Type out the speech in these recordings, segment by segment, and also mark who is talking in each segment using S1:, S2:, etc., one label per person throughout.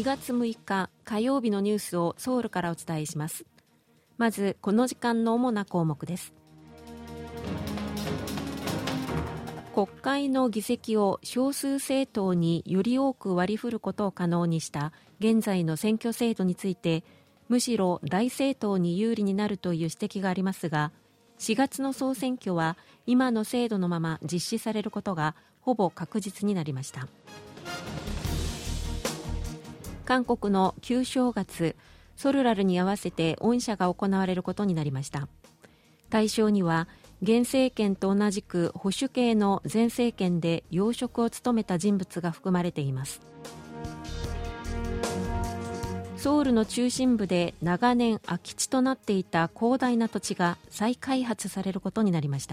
S1: 月6日火曜日のニュースをソウルからお伝えします。まずこの時間の主な項目です。国会の議席を少数政党により多く割り振ることを可能にした現在の選挙制度について、むしろ大政党に有利になるという指摘がありますが、4月の総選挙は今の制度のまま実施されることがほぼ確実になりました。韓国の旧正月ソルラルに合わせて恩赦が行われることになりました。対象には現政権と同じく保守系の前政権で要職を務めた人物が含まれています。ソウルの中心部で長年空き地となっていた広大な土地が再開発されることになりました。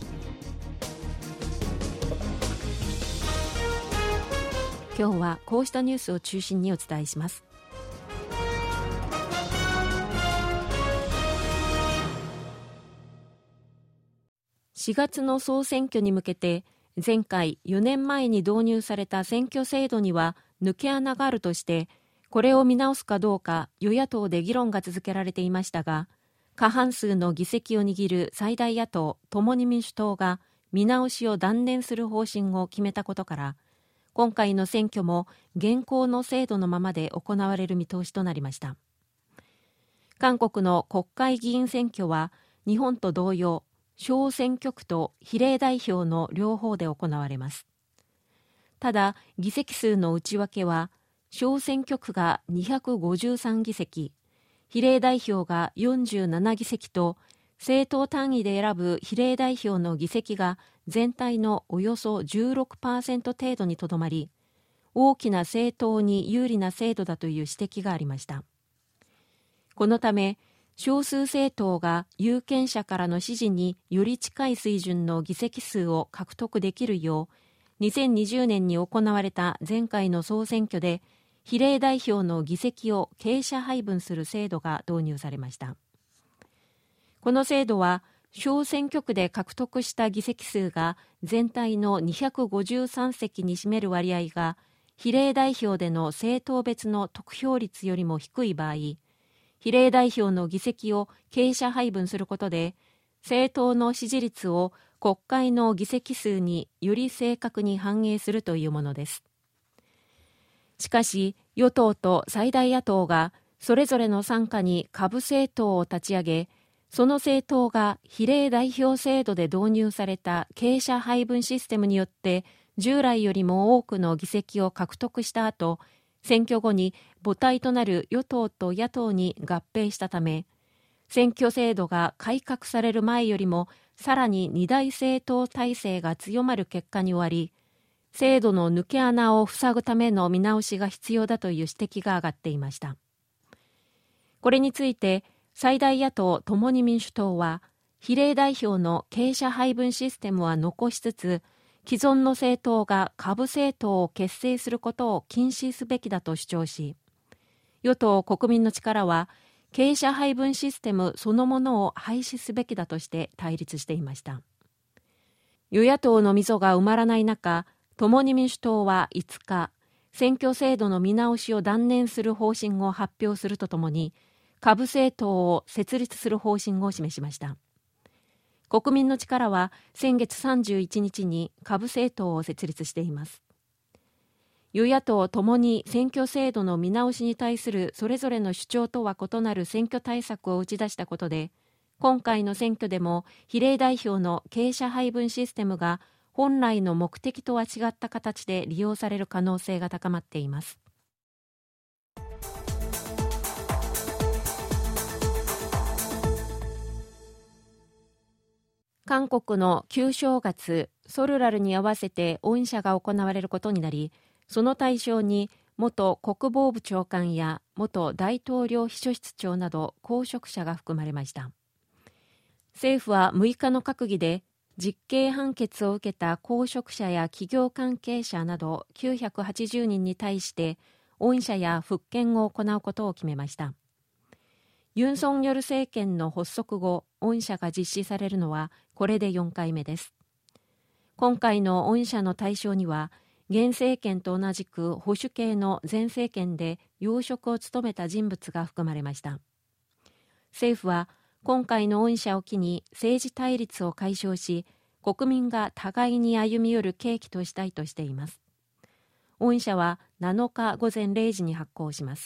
S1: 今日はこうしたニュースを中心にお伝えします。4月の総選挙に向けて、前回4年前に導入された選挙制度には抜け穴があるとして、これを見直すかどうか与野党で議論が続けられていましたが、過半数の議席を握る最大野党共に民主党が見直しを断念する方針を決めたことから、今回の選挙も現行の制度のままで行われる見通しとなりました。韓国の国会議員選挙は日本と同様、小選挙区と比例代表の両方で行われます。ただ、議席数の内訳は小選挙区が253議席、比例代表が47議席と、政党単位で選ぶ比例代表の議席が全体のおよそ 16% 程度にとどまり、大きな政党に有利な制度だという指摘がありました。このため、少数政党が有権者からの支持により近い水準の議席数を獲得できるよう、2020年に行われた前回の総選挙で、比例代表の議席を傾斜配分する制度が導入されました。この制度は、小選挙区で獲得した議席数が全体の253席に占める割合が、比例代表での政党別の得票率よりも低い場合、比例代表の議席を傾斜配分することで、政党の支持率を国会の議席数により正確に反映するというものです。しかし、与党と最大野党がそれぞれの傘下に下部政党を立ち上げ、その政党が比例代表制度で導入された傾斜配分システムによって従来よりも多くの議席を獲得した後、選挙後に母体となる与党と野党に合併したため、選挙制度が改革される前よりもさらに二大政党体制が強まる結果に終わり、制度の抜け穴を塞ぐための見直しが必要だという指摘が上がっていました。これについて最大野党共に民主党は、比例代表の傾斜配分システムは残しつつ、既存の政党が下部政党を結成することを禁止すべきだと主張し、与党国民の力は傾斜配分システムそのものを廃止すべきだとして対立していました。与野党の溝が埋まらない中、共に民主党は5日、選挙制度の見直しを断念する方針を発表するとともに、下部政党を設立する方針を示しました。国民の力は先月31日に下部政党を設立しています。与野党ともに選挙制度の見直しに対するそれぞれの主張とは異なる選挙対策を打ち出したことで、今回の選挙でも比例代表の傾斜配分システムが本来の目的とは違った形で利用される可能性が高まっています。韓国の旧正月ソルラルに合わせて恩赦が行われることになり、その対象に元国防部長官や元大統領秘書室長など公職者が含まれました。政府は6日の閣議で、実刑判決を受けた公職者や企業関係者など980人に対して恩赦や復権を行うことを決めました。ユン・ソンニョル政権の発足後、恩赦が実施されるのはこれで4回目です。今回の恩赦の対象には、 現政権と同じく保守系の前政権で要職を務めた人物が含まれました。政府は今回の恩赦を機に政治対立を解消し、国民が互いに歩み寄る契機としたいとしています。恩赦は7日午前0時に発行します。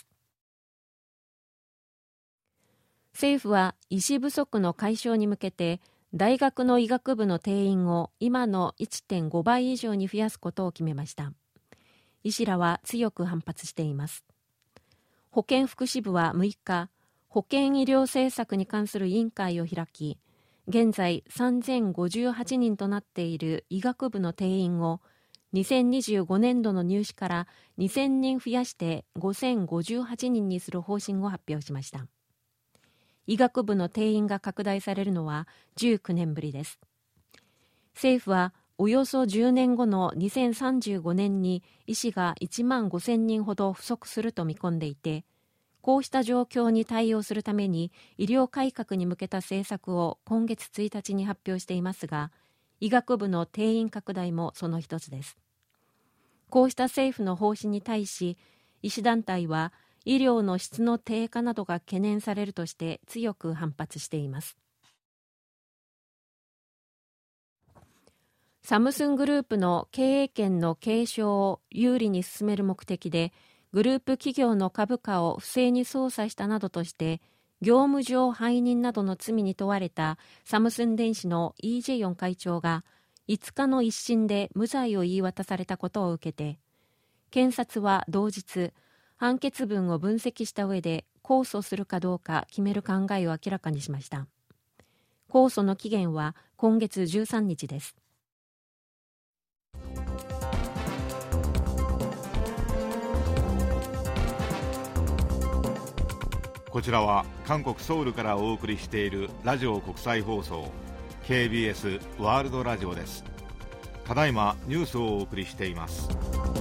S1: 政府は医師不足の解消に向けて、大学の医学部の定員を今の 1.5 倍以上に増やすことを決めました。医師らは強く反発しています。保健福祉部は6日、保健医療政策に関する委員会を開き、現在3058人となっている医学部の定員を2025年度の入試から2000人増やして5058人にする方針を発表しました。医学部の定員が拡大されるのは19年ぶりです。政府はおよそ10年後の2035年に医師が1万5000人ほど不足すると見込んでいて、こうした状況に対応するために医療改革に向けた政策を今月1日に発表していますが、医学部の定員拡大もその一つです。こうした政府の方針に対し、医師団体は医療の質の低下などが懸念されるとして強く反発しています。サムスングループの経営権の継承を有利に進める目的で、グループ企業の株価を不正に操作したなどとして、業務上背任などの罪に問われたサムスン電子のイ・ジェヨン会長が5日の一審で無罪を言い渡されたことを受けて、検察は同日、判決文を分析した上で控訴するかどうか決める考えを明らかにしました。控訴の期限は今月13日です。
S2: こちらは韓国ソウルからお送りしているラジオ国際放送 KBS ワールドラジオです。ただいまニュースをお送りしています。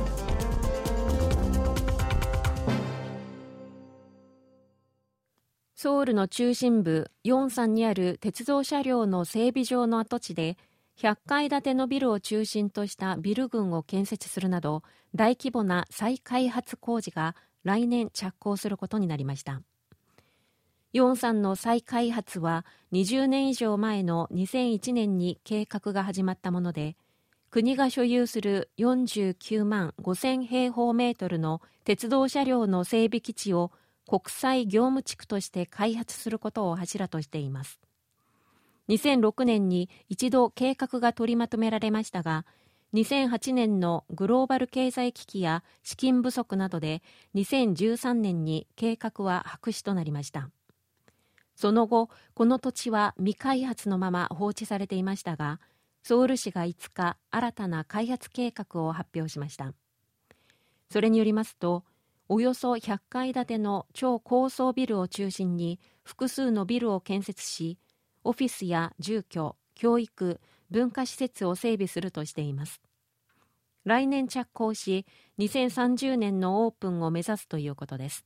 S1: ソウルの中心部ヨンサンにある鉄道車両の整備場の跡地で100階建てのビルを中心としたビル群を建設するなど大規模な再開発工事が来年着工することになりました。ヨンサンの再開発は20年以上前の2001年に計画が始まったもので、国が所有する49万5000平方メートルの鉄道車両の整備基地を国際業務地区として開発することを柱としています。2006年に一度計画が取りまとめられましたが、2008年のグローバル経済危機や資金不足などで2013年に計画は白紙となりました。その後、この土地は未開発のまま放置されていましたが、ソウル市が5日、新たな開発計画を発表しました。それによりますと、およそ100階建ての超高層ビルを中心に複数のビルを建設し、オフィスや住居、教育、文化施設を整備するとしています。来年着工し、2030年のオープンを目指すということです。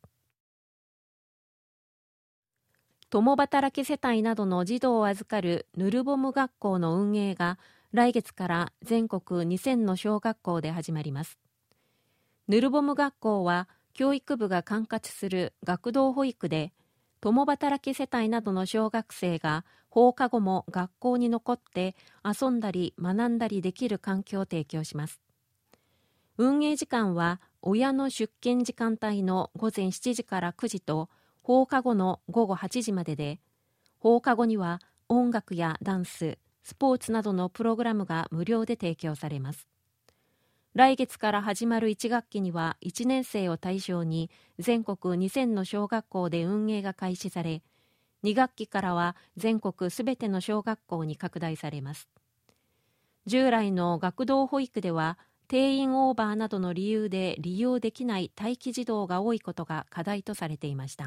S1: 共働き世帯などの児童を預かるヌルボム学校の運営が来月から全国2000の小学校で始まります。ヌルボム学校は教育部が管轄する学童保育で、共働き世帯などの小学生が放課後も学校に残って遊んだり学んだりできる環境を提供します。運営時間は親の出勤時間帯の午前7時から9時と放課後の午後8時までで、放課後には音楽やダンス、スポーツなどのプログラムが無料で提供されます。来月から始まる1学期には1年生を対象に全国2000の小学校で運営が開始され、2学期からは全国すべての小学校に拡大されます。従来の学童保育では定員オーバーなどの理由で利用できない待機児童が多いことが課題とされていました。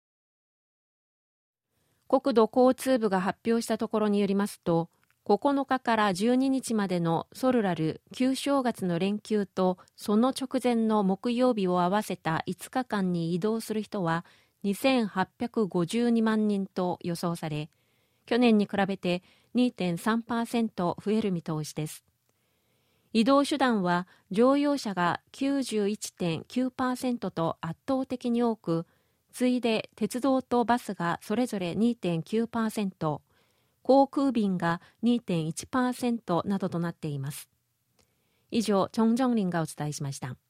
S1: 国土交通部が発表したところによりますと、9日から12日までのソルラル旧正月の連休とその直前の木曜日を合わせた5日間に移動する人は2852万人と予想され、去年に比べて 2.3% 増える見通しです。 移動手段は乗用車が 91.9% と圧倒的に多く、次いで鉄道とバスがそれぞれ 2.9%、航空便が 2.1% などとなっています。以上、チョンジョンリンがお伝えしました。